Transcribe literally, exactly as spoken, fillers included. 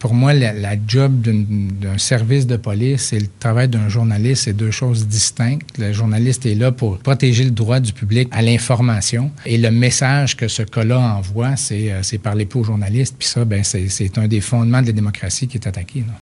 Pour moi, la, la job d'une, d'un service de police et le travail d'un journaliste, c'est deux choses distinctes. Le journaliste est là pour protéger le droit du public à l'information. Et le message que ce cas-là envoie, c'est, c'est parler peu aux journalistes. Puis ça, ben, c'est, c'est un des fondements de la démocratie qui est attaqué, là.